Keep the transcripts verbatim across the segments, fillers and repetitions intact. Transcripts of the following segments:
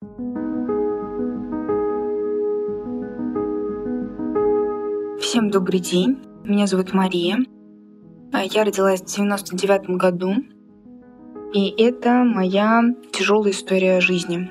Всем добрый день. Меня зовут Мария. Я родилась в девяносто девятом году. И это моя тяжелая история жизни.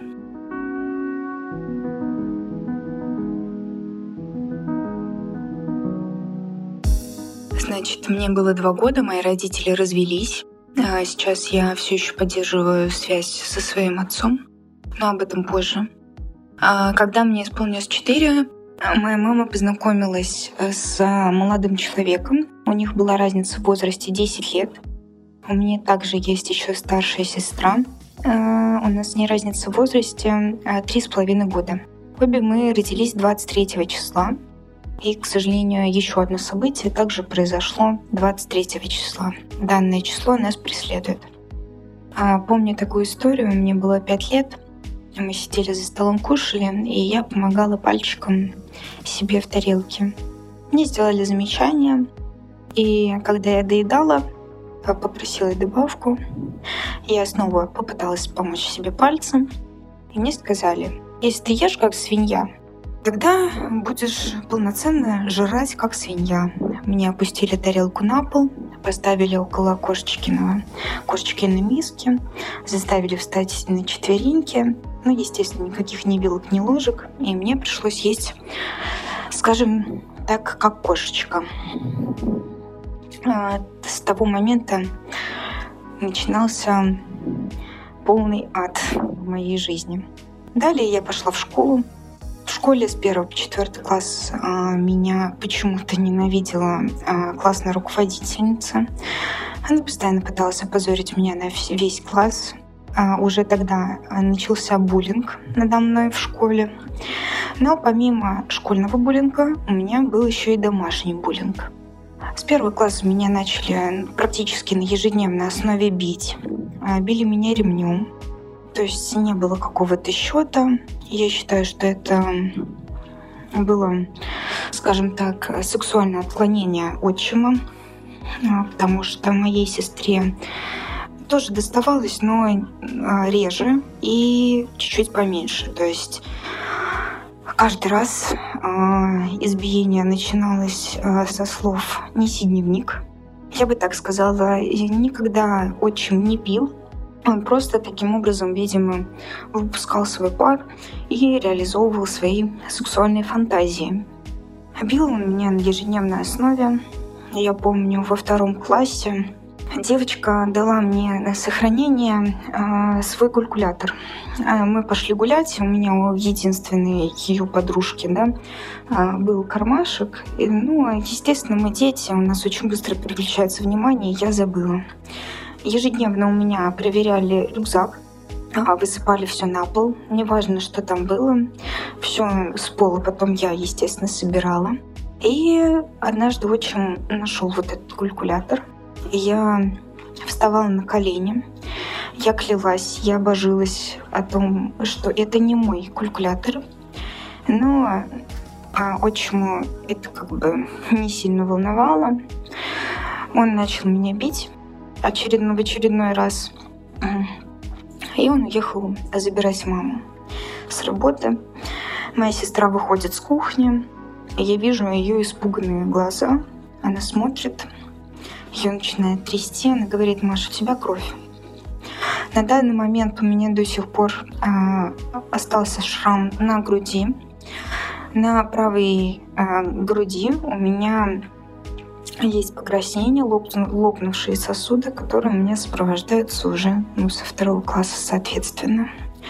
Значит, мне было два года, мои родители развелись. Сейчас я все еще поддерживаю связь со своим отцом, но об этом позже. Когда мне исполнилось четыре, моя мама познакомилась с молодым человеком. У них была разница в возрасте десять лет. У меня также есть еще старшая сестра. У нас с ней разница в возрасте три с половиной года. Обе мы родились двадцать третьего числа. И, к сожалению, еще одно событие также произошло двадцать третьего числа. Данное число нас преследует. Помню такую историю. Мне было пять лет. Мы сидели за столом, кушали, и я помогала пальчиком себе в тарелке. Мне сделали замечание, и когда я доедала, попросила добавку, я снова попыталась помочь себе пальцем, и мне сказали: если ты ешь как свинья, тогда будешь полноценно жрать как свинья. Мне опустили тарелку на пол, поставили около кошечкиного, кошечкиной миски, заставили встать на четвереньки. Ну, естественно, никаких ни вилок, ни ложек. И мне пришлось есть, скажем так, как кошечка. С того момента начинался полный ад в моей жизни. Далее я пошла в школу. В школе с первого по четвертый класс меня почему-то ненавидела классная руководительница. Она постоянно пыталась опозорить меня на весь класс. Уже тогда начался буллинг надо мной в школе. Но помимо школьного буллинга у меня был еще и домашний буллинг. С первого класса меня начали практически на ежедневной основе бить. Били меня ремнем. То есть не было какого-то счета. Я считаю, что это было, скажем так, сексуальное отклонение отчима, потому что моей сестре тоже доставалось, но реже и чуть-чуть поменьше. То есть каждый раз избиение начиналось со слов «неси дневник». Я бы так сказала, никогда отчим не пил. Он просто таким образом, видимо, выпускал свой пар и реализовывал свои сексуальные фантазии. Бил он меня на ежедневной основе. Я помню, во втором классе девочка дала мне на сохранение э, свой калькулятор. Э, мы пошли гулять, у меня у единственной ее подружки, да, э, был кармашек. И, ну, естественно, мы дети, у нас очень быстро переключается внимание, и я забыла. Ежедневно у меня проверяли рюкзак, высыпали все на пол, неважно, что там было. Все с пола потом я, естественно, собирала. И однажды отчим нашел вот этот калькулятор. Я вставала на колени, я клялась, я божилась о том, что это не мой калькулятор. Но отчиму это как бы не сильно волновало. Он начал меня бить очередной, в очередной раз. И он уехал забирать маму с работы. Моя сестра выходит с кухни. Я вижу ее испуганные глаза. Она смотрит. Ее начинает трясти. Она говорит: Маша, у тебя кровь. На данный момент у меня до сих пор э, остался шрам на груди. На правой э, груди у меня есть покраснение, лопнувшие сосуды, которые у меня сопровождаются уже ну, со второго класса, соответственно.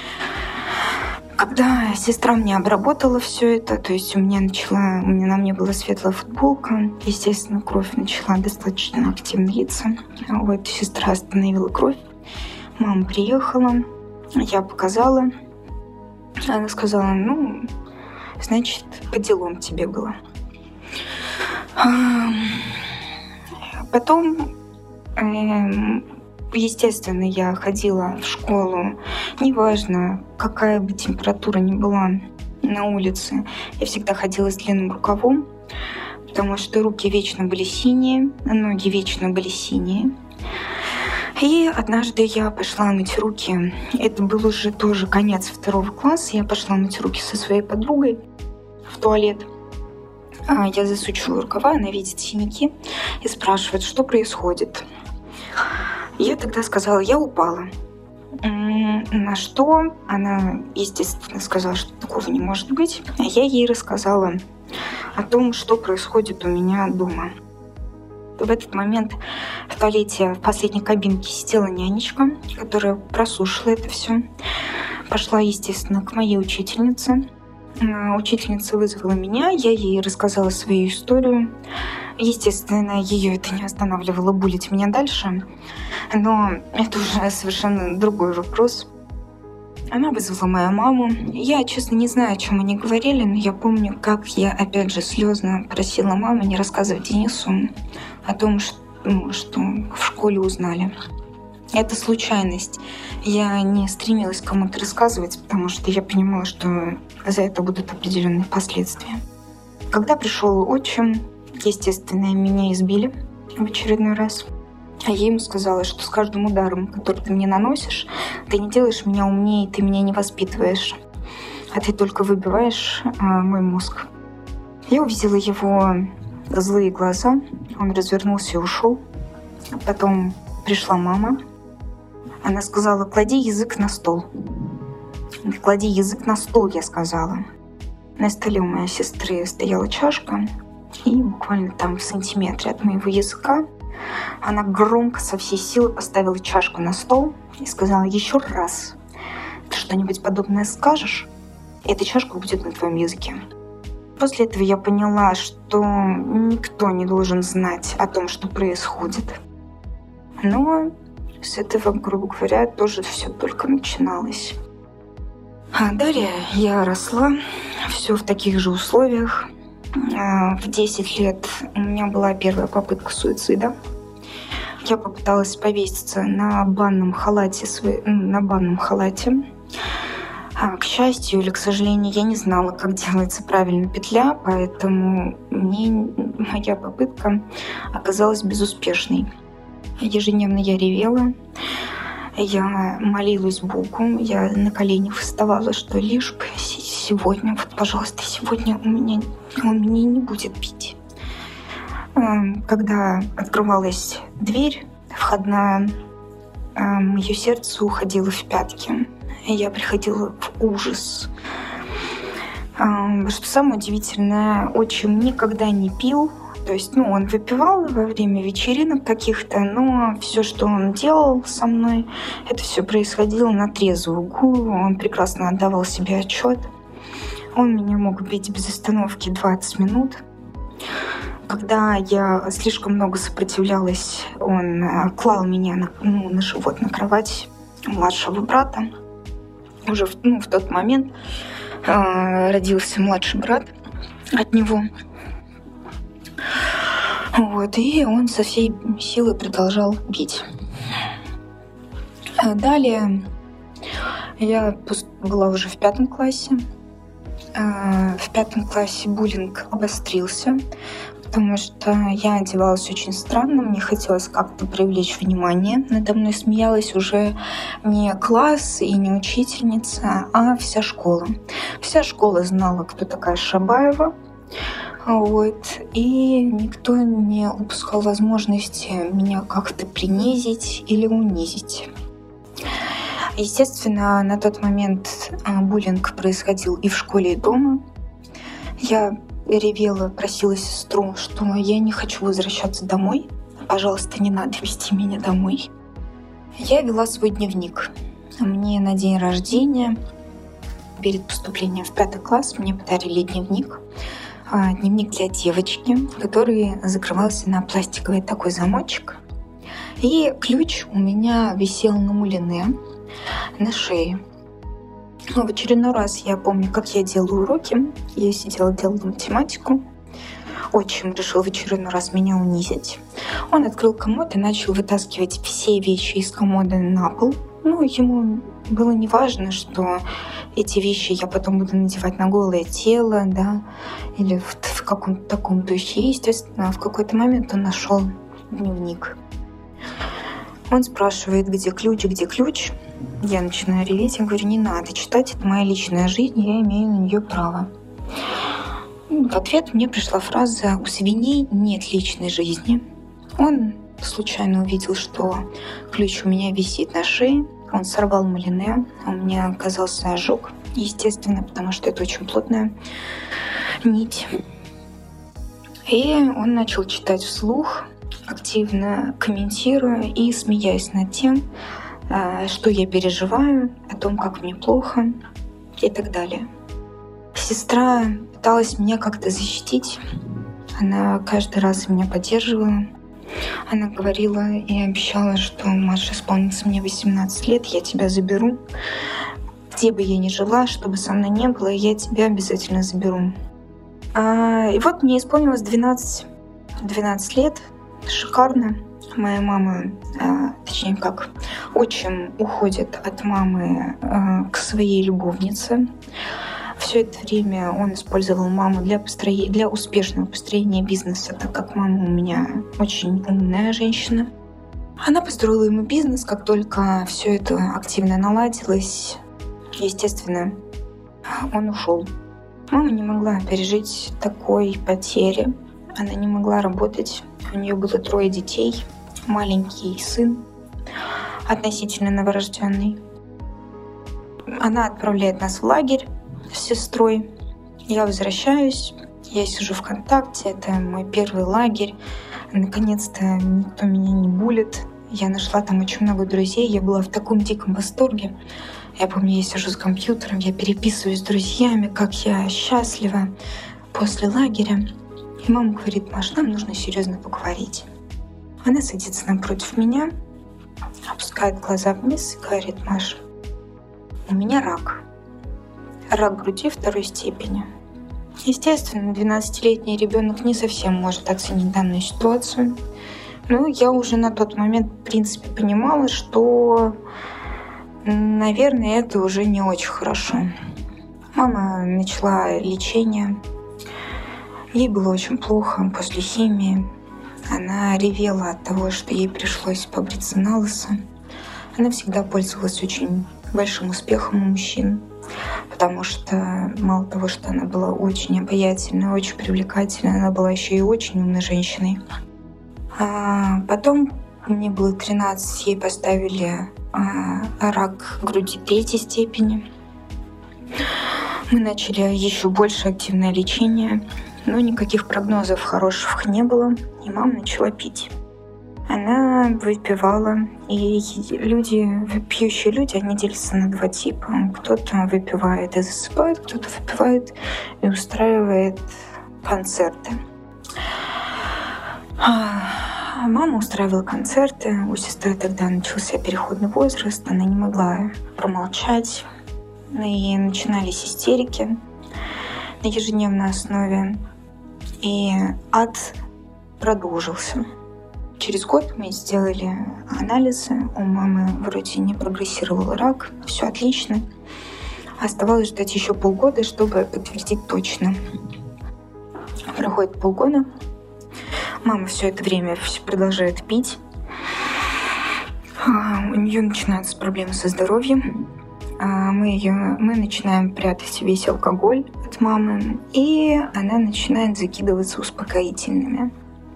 Когда сестра мне обработала все это, то есть у меня начала, у меня на мне была светлая футболка, естественно, кровь начала достаточно активно литься. Вот, сестра остановила кровь, мама приехала, я показала. Она сказала: ну, значит, по делам тебе было. Потом, естественно, я ходила в школу, неважно, какая бы температура ни была на улице, я всегда ходила с длинным рукавом, потому что руки вечно были синие, ноги вечно были синие. И однажды я пошла мыть руки. Это был уже тоже конец второго класса. Я пошла мыть руки со своей подругой в туалет. А я засучиваю рукава, она видит синяки и спрашивает, что происходит. Я тогда сказала, я упала. На что она, естественно, сказала, что такого не может быть. А я ей рассказала о том, что происходит у меня дома. В этот момент в туалете в последней кабинке сидела нянечка, которая прослушала это все. Пошла, естественно, к моей учительнице. Учительница вызвала меня, я ей рассказала свою историю. Естественно, ее это не останавливало булить меня дальше, но это уже совершенно другой вопрос. Она вызвала мою маму. Я, честно, не знаю, о чем они говорили, но я помню, как я, опять же, слезно просила маму не рассказывать Денису о том, что, ну, что в школе узнали. Это случайность. Я не стремилась кому-то рассказывать, потому что я понимала, что за это будут определенные последствия. Когда пришел отчим, естественно, меня избили в очередной раз. А я ему сказала, что с каждым ударом, который ты мне наносишь, ты не делаешь меня умнее, ты меня не воспитываешь, а ты только выбиваешь а, мой мозг. Я увидела его злые глаза, он развернулся и ушел. Потом пришла мама. Она сказала, клади язык на стол. Клади язык на стол, я сказала. На столе у моей сестры стояла чашка, и буквально там в сантиметре от моего языка она громко со всей силы поставила чашку на стол и сказала, еще раз ты что-нибудь подобное скажешь, и эта чашка будет на твоем языке. После этого я поняла, что никто не должен знать о том, что происходит. Но с этого, грубо говоря, тоже все только начиналось. А далее я росла, все в таких же условиях. В десять лет у меня была первая попытка суицида. Я попыталась повеситься на банном халате, на банном халате. К счастью или к сожалению, я не знала, как делается правильно петля, поэтому мне моя попытка оказалась безуспешной. Ежедневно я ревела, я молилась Богу, я на коленях вставала, что лишь бы сегодня, вот, пожалуйста, сегодня у меня, он меня не будет бить. Когда открывалась дверь входная, мое сердце уходило в пятки. Я приходила в ужас. Что самое удивительное, отчим никогда не пил. То есть, ну, он выпивал во время вечеринок каких-то, но все, что он делал со мной, это все происходило на трезвую голову. Он прекрасно отдавал себе отчет. Он меня мог бить без остановки двадцать минут. Когда я слишком много сопротивлялась, он клал меня на, ну, на живот, на кровать младшего брата. Уже в, ну, в тот момент э, родился младший брат от него. Вот, и он со всей силы продолжал бить. Далее я была уже в пятом классе. В пятом классе буллинг обострился, потому что я одевалась очень странно, мне хотелось как-то привлечь внимание. Надо мной смеялась уже не класс и не учительница, а вся школа. Вся школа знала, кто такая Шабаева. Вот. И никто не упускал возможности меня как-то принизить или унизить. Естественно, на тот момент буллинг происходил и в школе, и дома. Я ревела, просила сестру, что я не хочу возвращаться домой. Пожалуйста, не надо везти меня домой. Я вела свой дневник. Мне на день рождения, перед поступлением в пятый класс, мне подарили дневник. Дневник для девочки, который закрывался на пластиковый такой замочек. И ключ у меня висел на мулине, на шее. В очередной раз я помню, как я делала уроки. Я сидела, делала математику. Отчим решил в очередной раз меня унизить. Он открыл комод и начал вытаскивать все вещи из комода на пол. Ну, ему было не важно, что эти вещи я потом буду надевать на голое тело, да, или в, в каком-то таком духе. Естественно, в какой-то момент он нашел дневник. Он спрашивает, где ключ, где ключ. Я начинаю реветь, я говорю, не надо читать, это моя личная жизнь, я имею на нее право. В ответ мне пришла фраза «У свиней нет личной жизни». Он случайно увидел, что ключ у меня висит на шее. Он сорвал малине, у меня оказался ожог, естественно, потому что это очень плотная нить. И он начал читать вслух, активно комментируя и смеясь над тем, что я переживаю, о том, как мне плохо и так далее. Сестра пыталась меня как-то защитить. Она каждый раз меня поддерживала. Она говорила и обещала, что Маша, исполнится мне восемнадцать лет, я тебя заберу. Где бы я ни жила, что бы со мной не было, я тебя обязательно заберу. А, и вот мне исполнилось двенадцать, двенадцать лет. Шикарно. Моя мама, а, точнее как, отчим уходит от мамы а, к своей любовнице. Все это время он использовал маму для, построения, для успешного построения бизнеса, так как мама у меня очень умная женщина. Она построила ему бизнес, как только все это активно наладилось. Естественно, он ушел. Мама не могла пережить такой потери. Она не могла работать. У нее было трое детей. Маленький сын, относительно новорожденный. Она отправляет нас в лагерь с сестрой. Я возвращаюсь, я сижу ВКонтакте, это мой первый лагерь. Наконец-то никто меня не булит. Я нашла там очень много друзей, я была в таком диком восторге. Я помню, я сижу с компьютером, я переписываюсь с друзьями, как я счастлива после лагеря. И мама говорит: Маш, нам нужно серьезно поговорить. Она садится напротив меня, опускает глаза вниз и говорит: Маш, у меня рак. Рак груди второй степени. Естественно, двенадцатилетний ребенок не совсем может оценить данную ситуацию. Но я уже на тот момент, в принципе, понимала, что, наверное, это уже не очень хорошо. Мама начала лечение. Ей было очень плохо после химии. Она ревела от того, что ей пришлось побриться на лысо. Она всегда пользовалась очень большим успехом у мужчин, потому что мало того, что она была очень обаятельной, очень привлекательной, она была еще и очень умной женщиной. А потом мне было тринадцать, ей поставили а, рак груди третьей степени. Мы начали еще больше активное лечение, но никаких прогнозов хороших не было, и мама начала пить. Она выпивала, и люди, пьющие люди, они делятся на два типа. Кто-то выпивает и засыпает, кто-то выпивает и устраивает концерты. Мама устраивала концерты, у сестры тогда начался переходный возраст, она не могла промолчать, и начинались истерики на ежедневной основе, и ад продолжился. Через год мы сделали анализы, у мамы вроде не прогрессировал рак, все отлично. Оставалось ждать еще полгода, чтобы подтвердить точно. Проходит полгода, мама все это время продолжает пить, у нее начинаются проблемы со здоровьем. Мы, ее, мы начинаем прятать весь алкоголь от мамы, и она начинает закидываться успокоительными.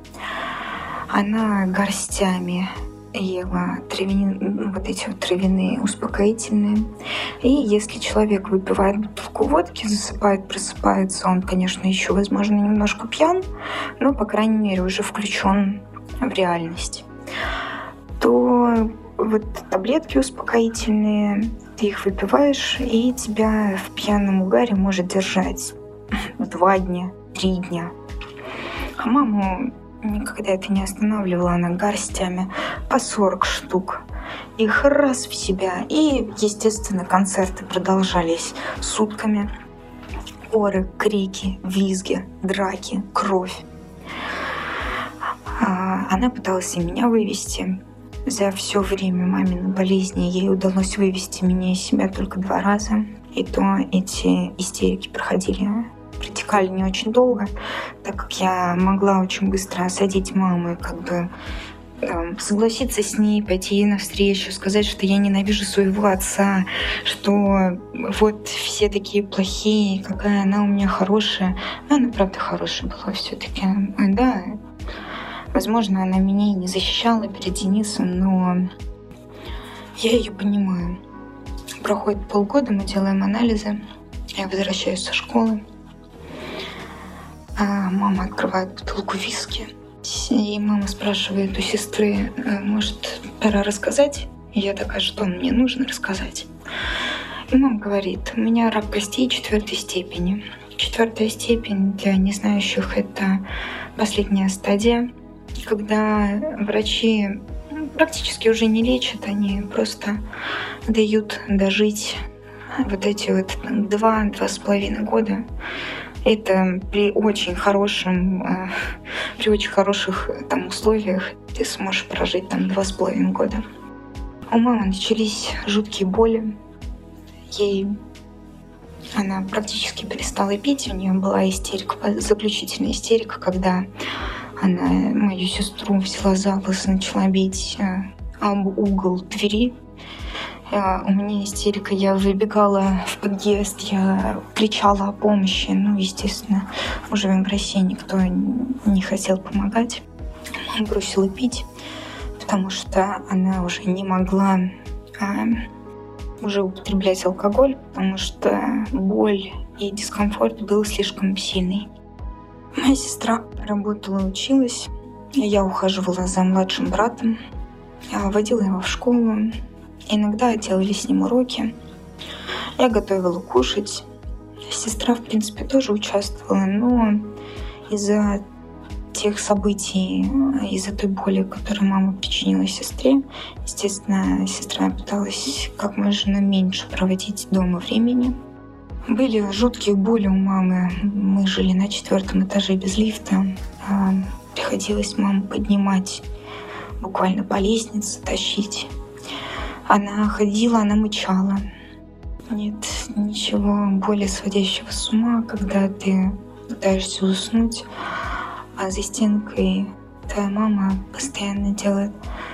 Она горстями ела травяные, вот эти вот травяные успокоительные. И если человек выпивает бутылку водки, засыпает, просыпается, он, конечно, еще, возможно, немножко пьян, но, по крайней мере, уже включен в реальность, то вот таблетки успокоительные, ты их выпиваешь, и тебя в пьяном угаре может держать два дня, три дня. А маму никогда это не останавливало, она горстями по сорок штук. Их раз в себя. И, естественно, концерты продолжались сутками. Оры, крики, визги, драки, кровь. Она пыталась и меня вывести. За все время маминой болезни ей удалось вывести меня из себя только два раза. И то эти истерики проходили протекали не очень долго, так как я могла очень быстро осадить маму и как бы там, согласиться с ней, пойти ей навстречу, сказать, что я ненавижу своего отца, что вот все такие плохие, какая она у меня хорошая. Но она правда хорошая была все-таки. Да, возможно, она меня и не защищала перед Денисом, но я ее понимаю. Проходит полгода, мы делаем анализы, я возвращаюсь со школы, а мама открывает бутылку виски, и мама спрашивает у сестры, может, пора рассказать? И я такая, что мне нужно рассказать? И мама говорит, у меня рак костей четвертой степени. Четвертая степень для незнающих — это последняя стадия, когда врачи практически уже не лечат, они просто дают дожить вот эти вот два-два с половиной года. Это при очень хорошем, при очень хороших там условиях ты сможешь прожить там два с половиной года. У мамы начались жуткие боли. Ей она практически перестала пить, у нее была истерика, заключительная истерика, когда она мою сестру взяла за волосы, начала бить об угол двери. У меня истерика, я выбегала в подъезд, я кричала о помощи. Ну, естественно, уже в России никто не хотел помогать. Мама бросила пить, потому что она уже не могла а, уже употреблять алкоголь, потому что боль и дискомфорт был слишком сильный. Моя сестра работала, училась. Я ухаживала за младшим братом, я водила его в школу. Иногда делали с ним уроки. Я готовила кушать. Сестра, в принципе, тоже участвовала, но из-за тех событий, из-за той боли, которую мама причинила сестре, естественно, сестра пыталась как можно меньше проводить дома времени. Были жуткие боли у мамы. Мы жили на четвертом этаже без лифта. Приходилось маму поднимать буквально по лестнице, тащить. Она ходила, она мычала. Нет ничего более сводящего с ума, когда ты пытаешься уснуть, а за стенкой твоя мама постоянно делает.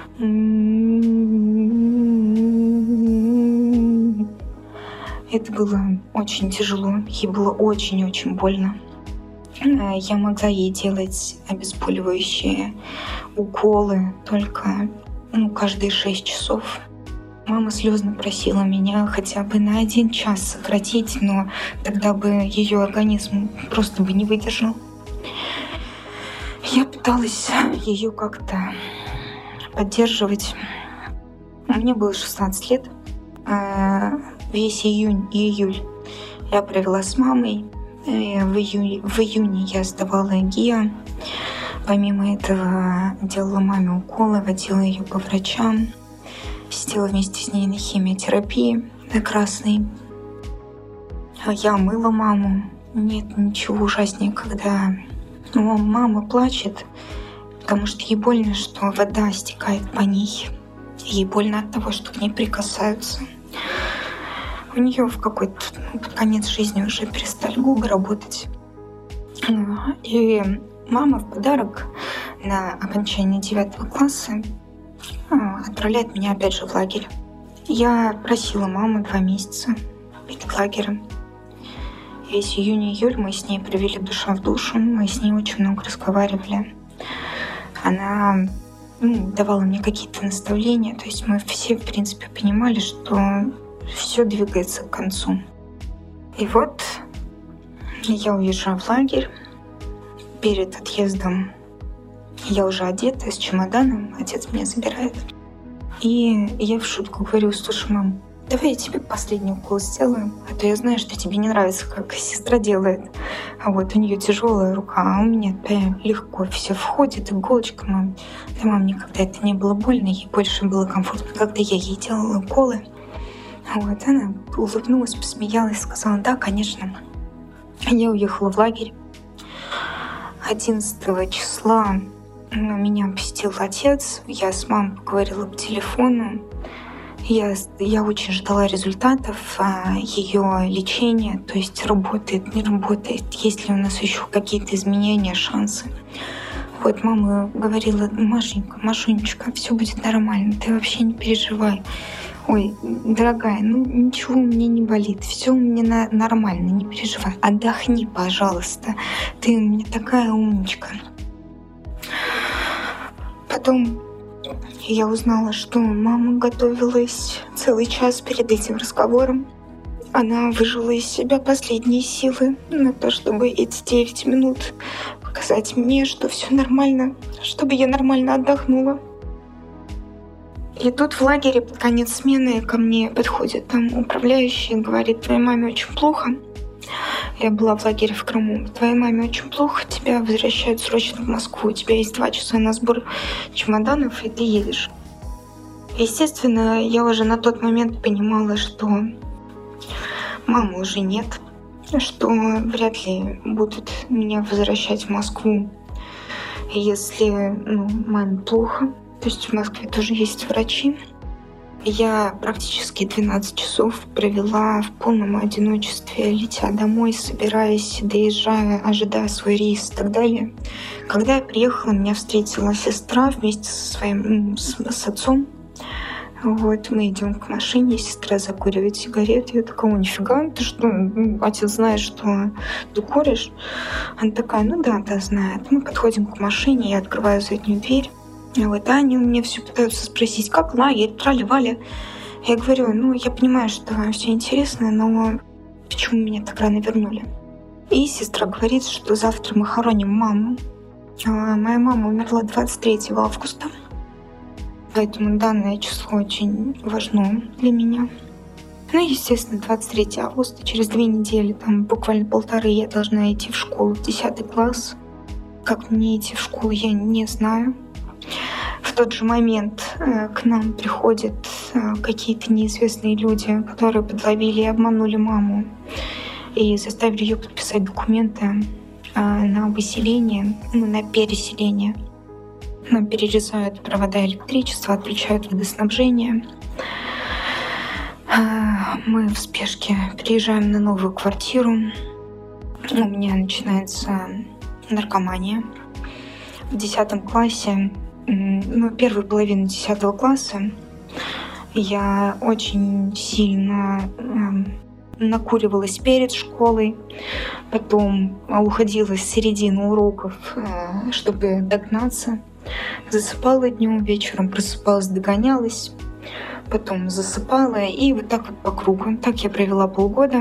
Это было очень тяжело, ей было очень-очень больно. Я могла ей делать обезболивающие уколы только ну, каждые шесть часов. Мама слезно просила меня хотя бы на один час сократить, но тогда бы ее организм просто бы не выдержал. Я пыталась ее как-то поддерживать. Мне было шестнадцать лет. Весь июнь и июль я провела с мамой. В июне, в июне я сдавала ГИА. Помимо этого делала маме уколы, водила ее по врачам. Сидела вместе с ней на химиотерапии на красной. Я мыла маму. Нет ничего ужаснее, когда ну, мама плачет, потому что ей больно, что вода стекает по ней. Ей больно от того, что к ней прикасаются. У нее в какой-то ну, под конец жизни уже перестали губы работать. И мама в подарок на окончание девятого класса отправляет меня опять же в лагерь. Я просила маму два месяца перед лагерем. Весь июнь и июль мы с ней провели душа в душу, мы с ней очень много разговаривали. Она ну, давала мне какие-то наставления, то есть мы все, в принципе, понимали, что все двигается к концу. И вот я уезжаю в лагерь. Перед отъездом я уже одета, с чемоданом, отец меня забирает. И я в шутку говорю: слушай, мам, давай я тебе последний укол сделаю, а то я знаю, что тебе не нравится, как сестра делает. А вот у нее тяжелая рука, а у меня прям легко все входит, иголочка, мам. Да, мам, никогда это не было больно, ей больше было комфортно, когда я ей делала уколы. Вот, она улыбнулась, посмеялась, сказала: да, конечно. Я уехала в лагерь. одиннадцатого числа меня посетил отец, я с мамой поговорила по телефону. Я, я очень ждала результатов а, ее лечения, то есть работает, не работает, есть ли у нас еще какие-то изменения, шансы. Вот мама говорила: Машенька, Машунечка, все будет нормально, ты вообще не переживай. Ой, дорогая, ну ничего у меня не болит, все у меня на- нормально, не переживай. Отдохни, пожалуйста, ты у меня такая умничка. Потом я узнала, что мама готовилась целый час перед этим разговором. Она выжила из себя последние силы на то, чтобы эти девять минут показать мне, что все нормально, чтобы я нормально отдохнула. И тут в лагере под конец смены ко мне подходит там управляющий и говорит: твоей маме очень плохо. Я была в лагере в Крыму. Твоей маме очень плохо, тебя возвращают срочно в Москву. У тебя есть два часа на сбор чемоданов, и ты едешь. Естественно, я уже на тот момент понимала, что мамы уже нет, что вряд ли будут меня возвращать в Москву, если ну, маме плохо. То есть в Москве тоже есть врачи. Я практически двенадцать часов провела в полном одиночестве, летя домой, собираясь, доезжая, ожидая свой рейс и так далее. Когда я приехала, меня встретила сестра вместе со своим с, с отцом. Вот, мы идем к машине, сестра закуривает сигареты. Я такая: о, нифига, ты что, отец знает, что ты куришь? Она такая: ну да, да, знает. Мы подходим к машине, я открываю заднюю дверь. Вот, а они у меня все пытаются спросить, как лагерь, трали-вали. Я говорю: ну, я понимаю, что вам все интересно, но почему меня так рано вернули? И сестра говорит, что завтра мы хороним маму. А моя мама умерла двадцать третьего августа, поэтому данное число очень важно для меня. Ну, естественно, двадцать третьего августа, через две недели, там буквально полторы, я должна идти в школу, в десятый класс. Как мне идти в школу, я не знаю. В тот же момент э, к нам приходят э, какие-то неизвестные люди, которые подловили и обманули маму и заставили ее подписать документы э, на выселение, ну, на переселение. Нам перерезают провода электричества, отключают водоснабжение. Э, мы в спешке переезжаем на новую квартиру. У меня начинается наркомания. В десятом классе, ну, первую половину десятого класса я очень сильно э, накуривалась перед школой, потом уходила с середины уроков, э, чтобы догнаться, засыпала днем, вечером просыпалась, догонялась, потом засыпала, и вот так вот по кругу. Так я провела полгода,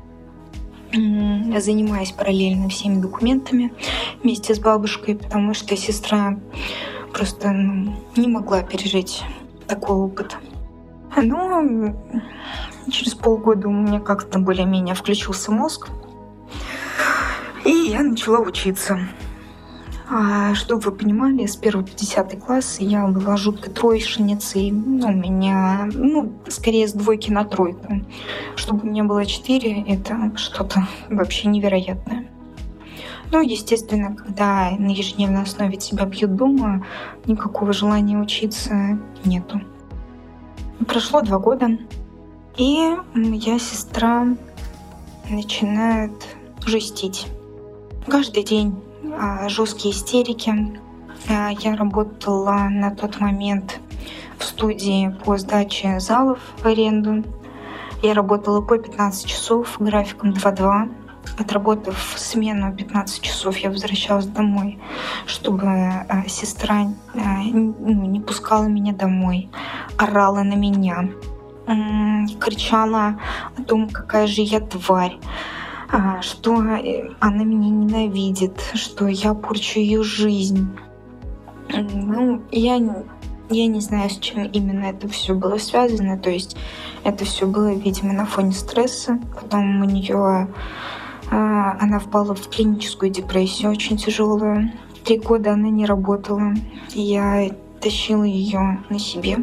занимаясь параллельно всеми документами вместе с бабушкой, потому что сестра просто ну, не могла пережить такой опыт. Но через полгода у меня как-то более-менее включился мозг, и я начала учиться. А, чтобы вы понимали, с первого по десятый класс я была жуткой троечницей. Ну, у меня, ну, скорее с двойки на тройку. Чтобы у меня было четыре, это что-то вообще невероятное. Ну, естественно, когда на ежедневной основе тебя бьют дома, никакого желания учиться нету. Прошло два года, и моя сестра начинает жестить. Каждый день жесткие истерики. Я работала на тот момент в студии по сдаче залов в аренду. Я работала по пятнадцать часов графиком два-два. Отработав смену пятнадцать часов, я возвращалась домой, чтобы сестра не пускала меня домой, орала на меня, кричала о том, какая же я тварь, что она меня ненавидит, что я порчу ее жизнь. Ну, я, я не знаю, с чем именно это все было связано. То есть это все было, видимо, на фоне стресса. Потом у нее она впала в клиническую депрессию, очень тяжелую. Три года она не работала. Я тащила ее на себе.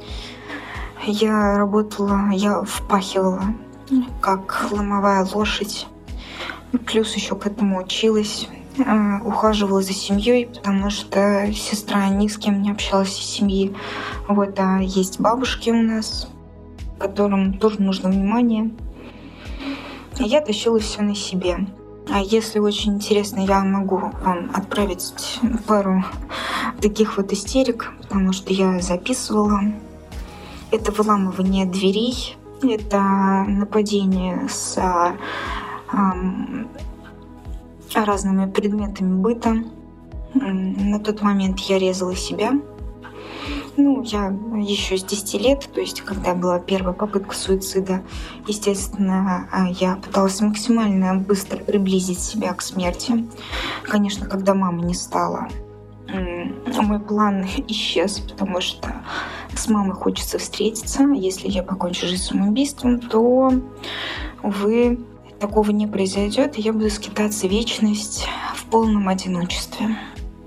Я работала, я впахивала, как ломовая лошадь. Плюс еще к этому училась, э, ухаживала за семьей, потому что сестра ни с кем не общалась из семьи. Вот, а есть бабушки у нас, которым тоже нужно внимание. Я тащила все на себе. А если очень интересно, я могу вам отправить пару таких вот истерик, потому что я записывала. Это выламывание дверей, это нападение с а, ам, разными предметами быта. На тот момент я резала себя. Ну, я еще с десяти лет, то есть когда была первая попытка суицида, естественно, я пыталась максимально быстро приблизить себя к смерти. Конечно, когда мамы не стало, мой план исчез, потому что с мамой хочется встретиться. Если я покончу жизнь самоубийством, то, увы, такого не произойдет, и я буду скитаться вечность в полном одиночестве.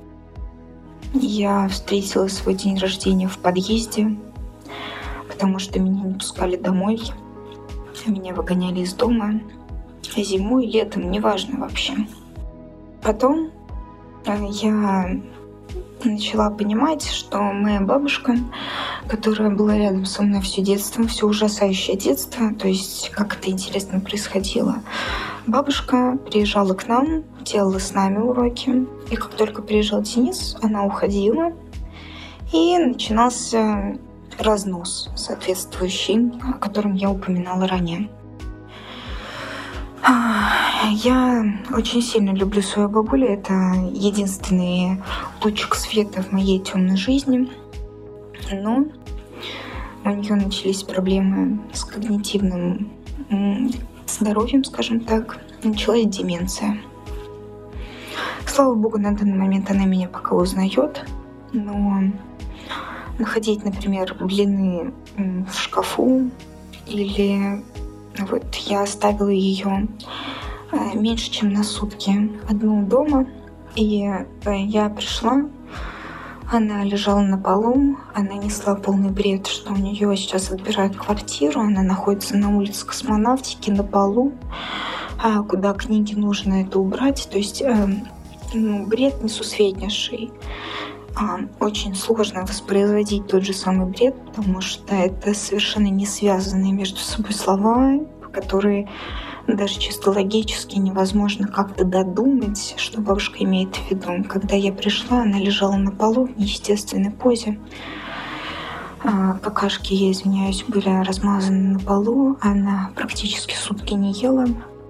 Я встретила свой день рождения в подъезде, потому что меня не пускали домой. Меня выгоняли из дома зимой, летом, неважно вообще. Потом я начала понимать, что моя бабушка, которая была рядом со мной все детство, все ужасающее детство, то есть как это интересно происходило. Бабушка приезжала к нам, делала с нами уроки, и как только приезжал Денис, она уходила, и начинался разнос соответствующий, о котором я упоминала ранее. Я очень сильно люблю свою бабулю. Это единственный лучик света в моей темной жизни. Но у нее начались проблемы с когнитивным здоровьем, скажем так. Началась деменция. Слава богу, на данный момент она меня пока узнает. Но находить, например, блины в шкафу или... Вот я оставила ее меньше, чем на сутки одну дома, и я пришла, она лежала на полу, она несла полный бред, что у нее сейчас отбирают квартиру, она находится на улице Космонавтики на полу, куда книги нужно это убрать, то есть ну, бред несусветнейший. Очень сложно воспроизводить тот же самый бред, потому что это совершенно не связанные между собой слова, которые даже чисто логически невозможно как-то додумать, что бабушка имеет в виду. Когда я пришла, она лежала на полу в неестественной позе. Какашки, я извиняюсь, были размазаны на полу. Она практически сутки не ела.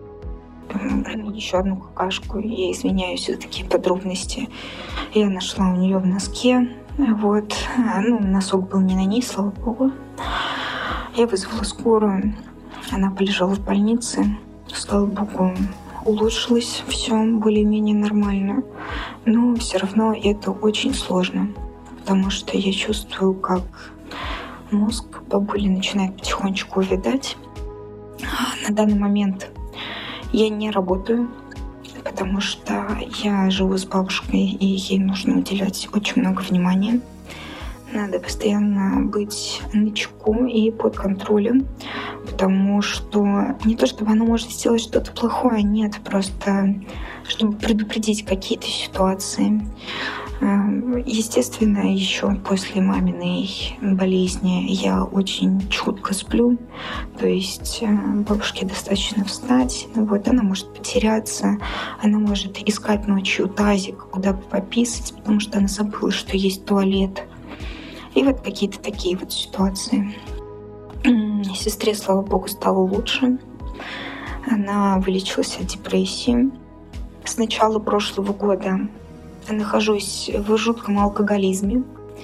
Еще одну какашку, я извиняюсь за такие подробности, я нашла у нее в носке. Вот. Ну, носок был не на ней, слава богу. Я вызвала скорую. Она полежала в больнице. Слава богу, улучшилось все более-менее нормально. Но все равно это очень сложно, потому что я чувствую, как мозг бабули начинает потихонечку увядать. На данный момент я не работаю, потому что я живу с бабушкой, и ей нужно уделять очень много внимания. Надо постоянно быть начеку и под контролем, потому что не то, чтобы она может сделать что-то плохое, нет, просто чтобы предупредить какие-то ситуации. Естественно, еще после маминой болезни я очень чутко сплю, то есть бабушке достаточно встать, вот она может потеряться, она может искать ночью тазик, куда бы пописать, потому что она забыла, что есть туалет. И вот какие-то такие вот ситуации. Сестре, слава богу, стало лучше. Она вылечилась от депрессии. С начала прошлого года я нахожусь в жутком алкоголизме.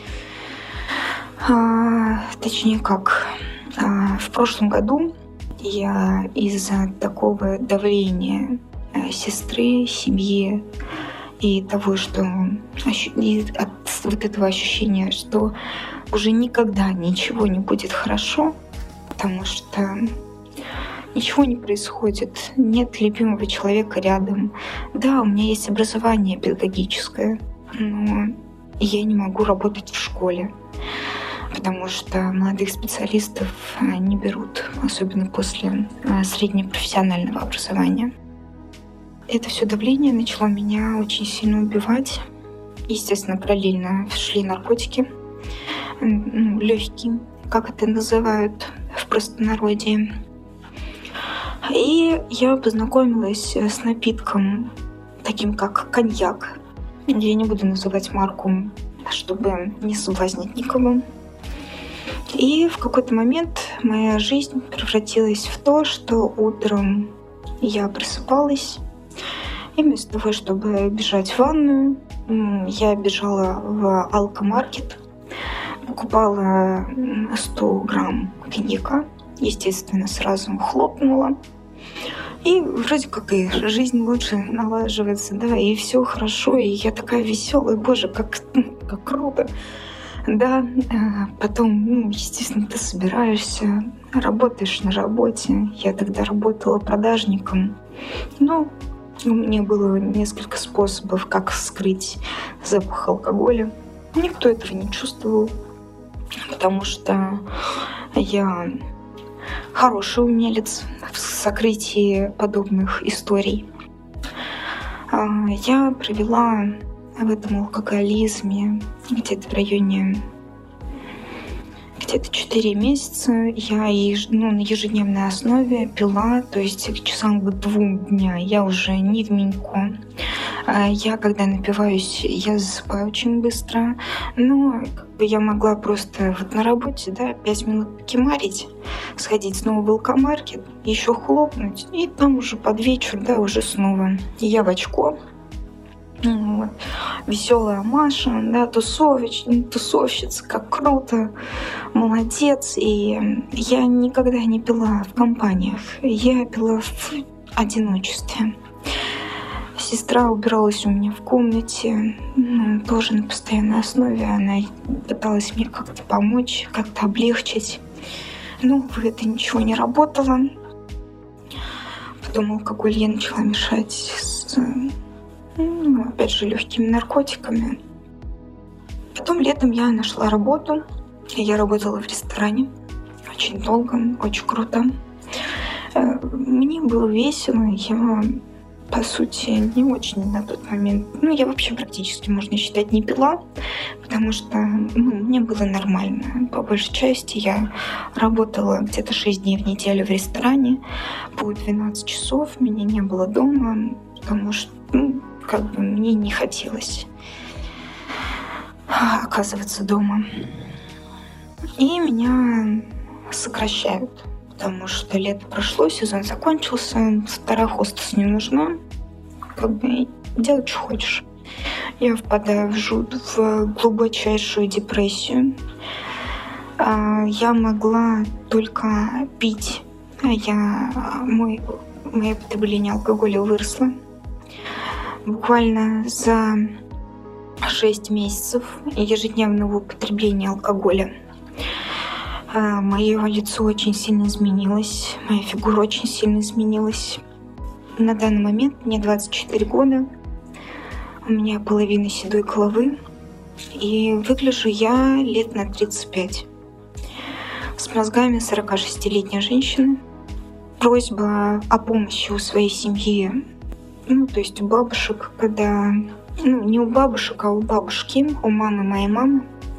А, точнее как, а, в прошлом году я из-за такого давления сестры, семьи и того, что и от вот этого ощущения, что уже никогда ничего не будет хорошо, потому что ничего не происходит, нет любимого человека рядом. Да, у меня есть образование педагогическое, но я не могу работать в школе, потому что молодых специалистов не берут, особенно после среднепрофессионального образования. Это все давление начало меня очень сильно убивать. Естественно, параллельно шли наркотики, легкие, как это называют в простонародье. И я познакомилась с напитком, таким как коньяк. Я не буду называть марку, чтобы не соблазнить никого. И в какой-то момент моя жизнь превратилась в то, что утром я просыпалась, и вместо того, чтобы бежать в ванную, я бежала в алкомаркет, покупала сто грамм коньяка, естественно, сразу хлопнула. И вроде как и жизнь лучше налаживается, да, и все хорошо, и я такая веселая, боже, как, как круто. Да, потом, ну, естественно, ты собираешься, работаешь на работе. Я тогда работала продажником. Ну, у меня было несколько способов, как скрыть запах алкоголя. Никто этого не чувствовал, потому что я хороший умелец в сокрытии подобных историй. Я провела в этом алкоголизме где-то в районе где-то четыре месяца. Я еж, ну, на ежедневной основе пила, то есть к часам к двум дня я уже не в меньку. Я, когда напиваюсь, я засыпаю очень быстро. Но как бы я могла просто вот на работе, да, пять минут покемарить, сходить снова в алкомаркет, еще хлопнуть, и там уже под вечер, да, уже снова. И я в очко. Вот. Веселая Маша, да, тусович, тусовщица, как круто, молодец. И я никогда не пила в компаниях, я пила в одиночестве. Сестра убиралась у меня в комнате, ну, тоже на постоянной основе. Она пыталась мне как-то помочь, как-то облегчить. Ну, это ничего не работало. Потом алкоголь я начала мешать с, ну, опять же, легкими наркотиками. Потом летом я нашла работу. Я работала в ресторане очень долго, очень круто. Мне было весело. Я, по сути, не очень на тот момент... Ну, я вообще практически, можно считать, не пила, потому что, ну, мне было нормально. По большей части я работала где-то шесть дней в неделю в ресторане по двенадцать часов. Меня не было дома, потому что, ну, как бы мне не хотелось оказываться дома. И меня сокращают, потому что лето прошло, сезон закончился, вторая хостес не нужна. Как бы делай, что хочешь. Я впадаю в, жут, в глубочайшую депрессию. Я могла только пить. Я, мой, мое потребление алкоголя выросло. Буквально за шесть месяцев ежедневного употребления алкоголя мое лицо очень сильно изменилось, моя фигура очень сильно изменилась. На данный момент мне двадцать четыре года, у меня половина седой головы, и выгляжу я лет на тридцать пять. С мозгами сорокашестилетней женщины. Просьба о помощи у своей семьи, ну, то есть у бабушек, когда... Ну, не у бабушек, а у бабушки, у мамы моей мамы,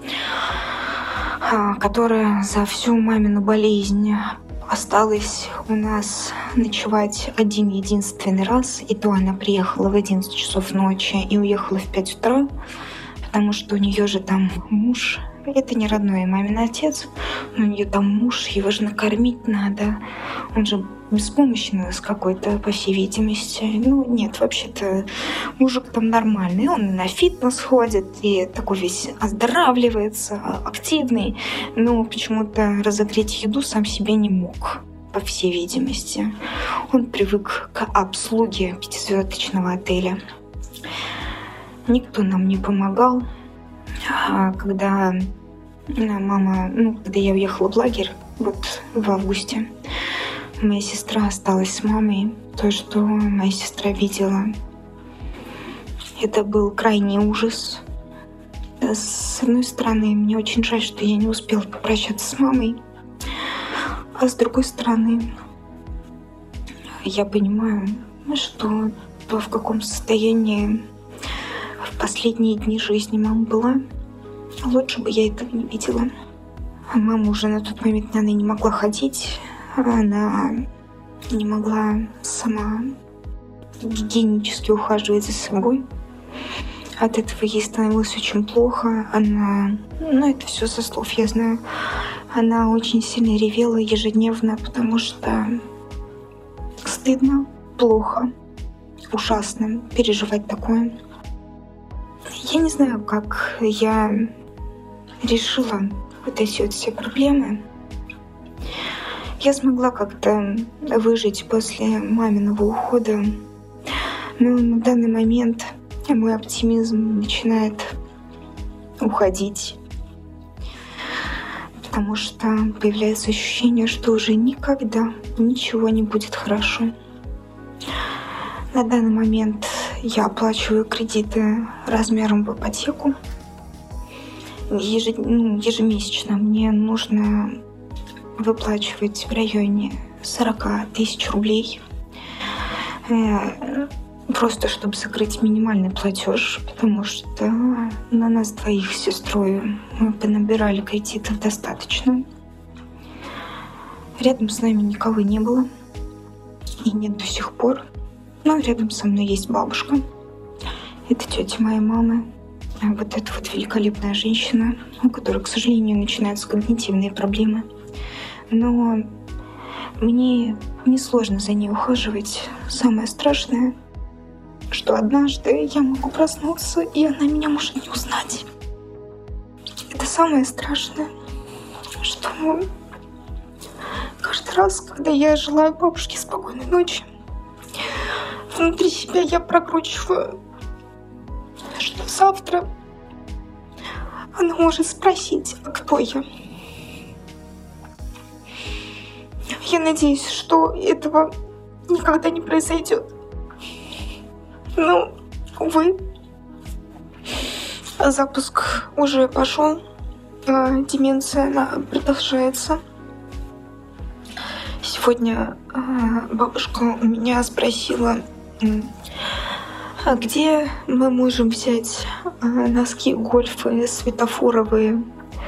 которая за всю мамину болезнь осталась у нас ночевать один единственный раз, и то она приехала в одиннадцать часов ночи и уехала в пять утра, потому что у нее же там муж, это не родной мамин отец, но у нее там муж, его же накормить надо, он же беспомощный какой-то, по всей видимости. Ну, нет, вообще-то мужик там нормальный. Он на фитнес ходит и такой весь оздоравливается, активный. Но почему-то разогреть еду сам себе не мог, по всей видимости. Он привык к обслуге пятизвездочного отеля. Никто нам не помогал. А когда мама, ну, когда я уехала в лагерь, вот в августе, моя сестра осталась с мамой. То, что моя сестра видела, это был крайний ужас. С одной стороны, мне очень жаль, что я не успела попрощаться с мамой. А с другой стороны, я понимаю, что то, в каком состоянии в последние дни жизни мама была, лучше бы я этого не видела. А мама уже на тот момент, наверное, не могла ходить. Она не могла сама гигиенически ухаживать за собой. От этого ей становилось очень плохо. Она, ну это все со слов, я знаю, она очень сильно ревела ежедневно, потому что стыдно, плохо, ужасно переживать такое. Я не знаю, как я решила вот эти вот все проблемы. Я смогла как-то выжить после маминого ухода, но на данный момент мой оптимизм начинает уходить, потому что появляется ощущение, что уже никогда ничего не будет хорошо. На данный момент я оплачиваю кредиты размером в ипотеку. Ежед... ну, ежемесячно мне нужно выплачивать в районе сорок тысяч рублей. Просто чтобы закрыть минимальный платеж, потому что на нас двоих с сестрой мы понабирали кредитов достаточно. Рядом с нами никого не было и нет до сих пор. Но рядом со мной есть бабушка. Это тетя моей мамы. Вот эта вот великолепная женщина, у которой, к сожалению, начинаются когнитивные проблемы. Но мне несложно за ней ухаживать. Самое страшное, что однажды я могу проснуться, и она меня может не узнать. Это самое страшное, что каждый раз, когда я желаю бабушке спокойной ночи, внутри себя я прокручиваю, что завтра она может спросить, а кто я. Я надеюсь, что этого никогда не произойдет. Но, увы, запуск уже пошел, а деменция она продолжается. Сегодня бабушка у меня спросила, а где мы можем взять носки гольфы светофоровые,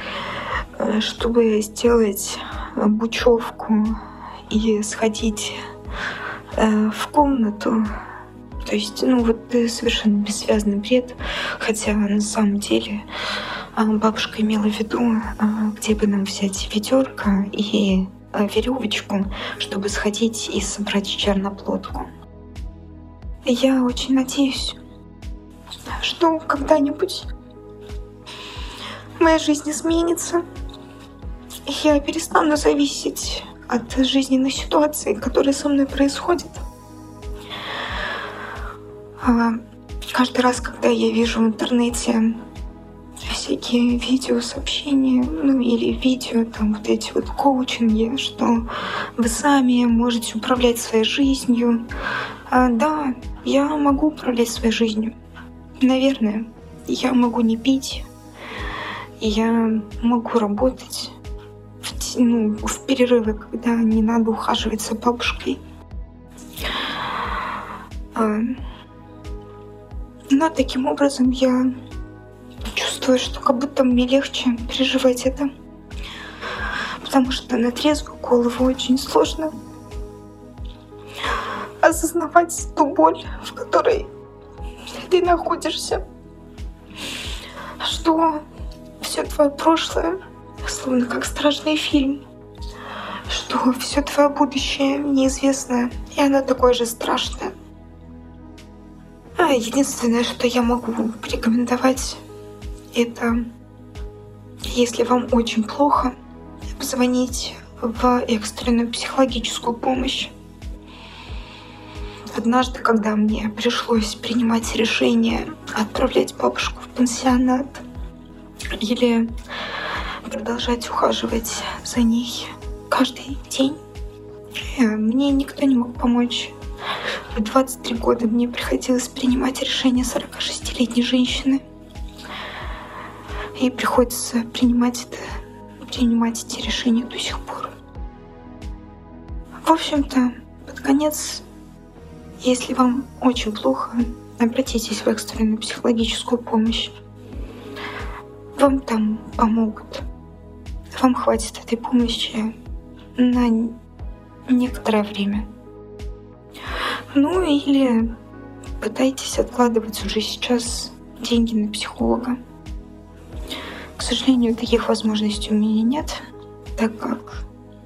чтобы сделать бучевку и сходить в комнату. То есть, ну вот совершенно бессвязный бред, хотя на самом деле бабушка имела в виду, где бы нам взять ведерко и веревочку, чтобы сходить и собрать черноплодку. Я очень надеюсь, что когда-нибудь моя жизнь изменится, и я перестану зависеть от жизненной ситуации, которая со мной происходит. А каждый раз, когда я вижу в интернете всякие видеосообщения, ну или видео, там вот эти вот коучинги, что вы сами можете управлять своей жизнью. А, да, я могу управлять своей жизнью. Наверное, я могу не пить, я могу работать в, ну, в перерывы, когда не надо ухаживать за бабушкой. А, но таким образом я чувствую, что как будто мне легче переживать это, потому что на трезвую голову очень сложно осознавать ту боль, в которой ты находишься, что все твое прошлое словно как страшный фильм, что все твое будущее неизвестное, и оно такое же страшное. А единственное, что я могу порекомендовать, это, если вам очень плохо, позвонить в экстренную психологическую помощь. Однажды, когда мне пришлось принимать решение отправлять бабушку в пансионат или продолжать ухаживать за ней каждый день, мне никто не мог помочь. В двадцать три года мне приходилось принимать решение сорокашестилетней женщины. И приходится принимать это, принимать эти решения до сих пор. В общем-то, под конец, если вам очень плохо, обратитесь в экстренную психологическую помощь. Вам там помогут. Вам хватит этой помощи на некоторое время. Ну или пытайтесь откладывать уже сейчас деньги на психолога. К сожалению, таких возможностей у меня нет, так как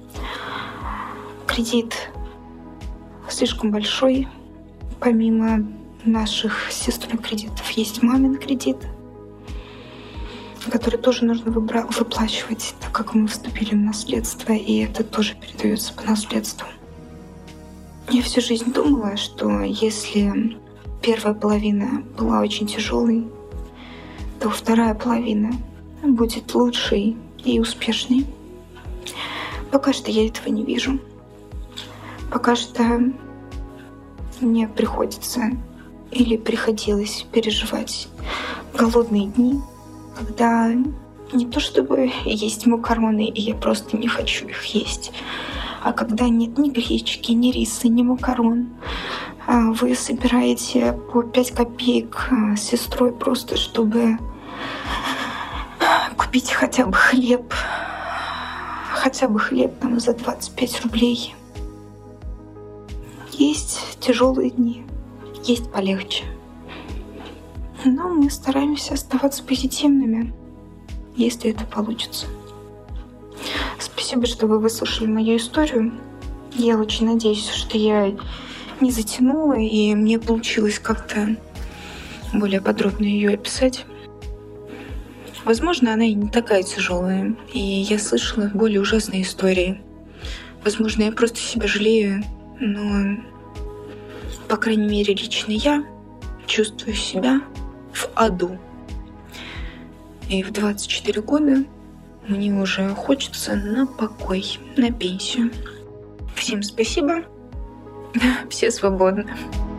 кредит слишком большой. Помимо наших с сестрой кредитов есть мамин кредит, который тоже нужно выбра- выплачивать, так как мы вступили в наследство, и это тоже передается по наследству. Я всю жизнь думала, что если первая половина была очень тяжелой, то вторая половина будет лучшей и успешной. Пока что я этого не вижу. Пока что мне приходится или приходилось переживать голодные дни, когда не то чтобы есть макароны, и я просто не хочу их есть, а когда нет ни гречки, ни риса, ни макарон, вы собираете по пять копеек с сестрой просто, чтобы купить хотя бы хлеб, хотя бы хлеб там за двадцать пять рублей. Есть тяжелые дни, есть полегче. Но мы стараемся оставаться позитивными, если это получится. Спасибо, что вы выслушали мою историю. Я очень надеюсь, что я не затянула, и мне получилось как-то более подробно ее описать. Возможно, она и не такая тяжелая, и я слышала более ужасные истории. Возможно, я просто себя жалею, но, по крайней мере, лично я чувствую себя в аду. И в двадцать четыре года мне уже хочется на покой, на пенсию. Всем спасибо. Все свободны.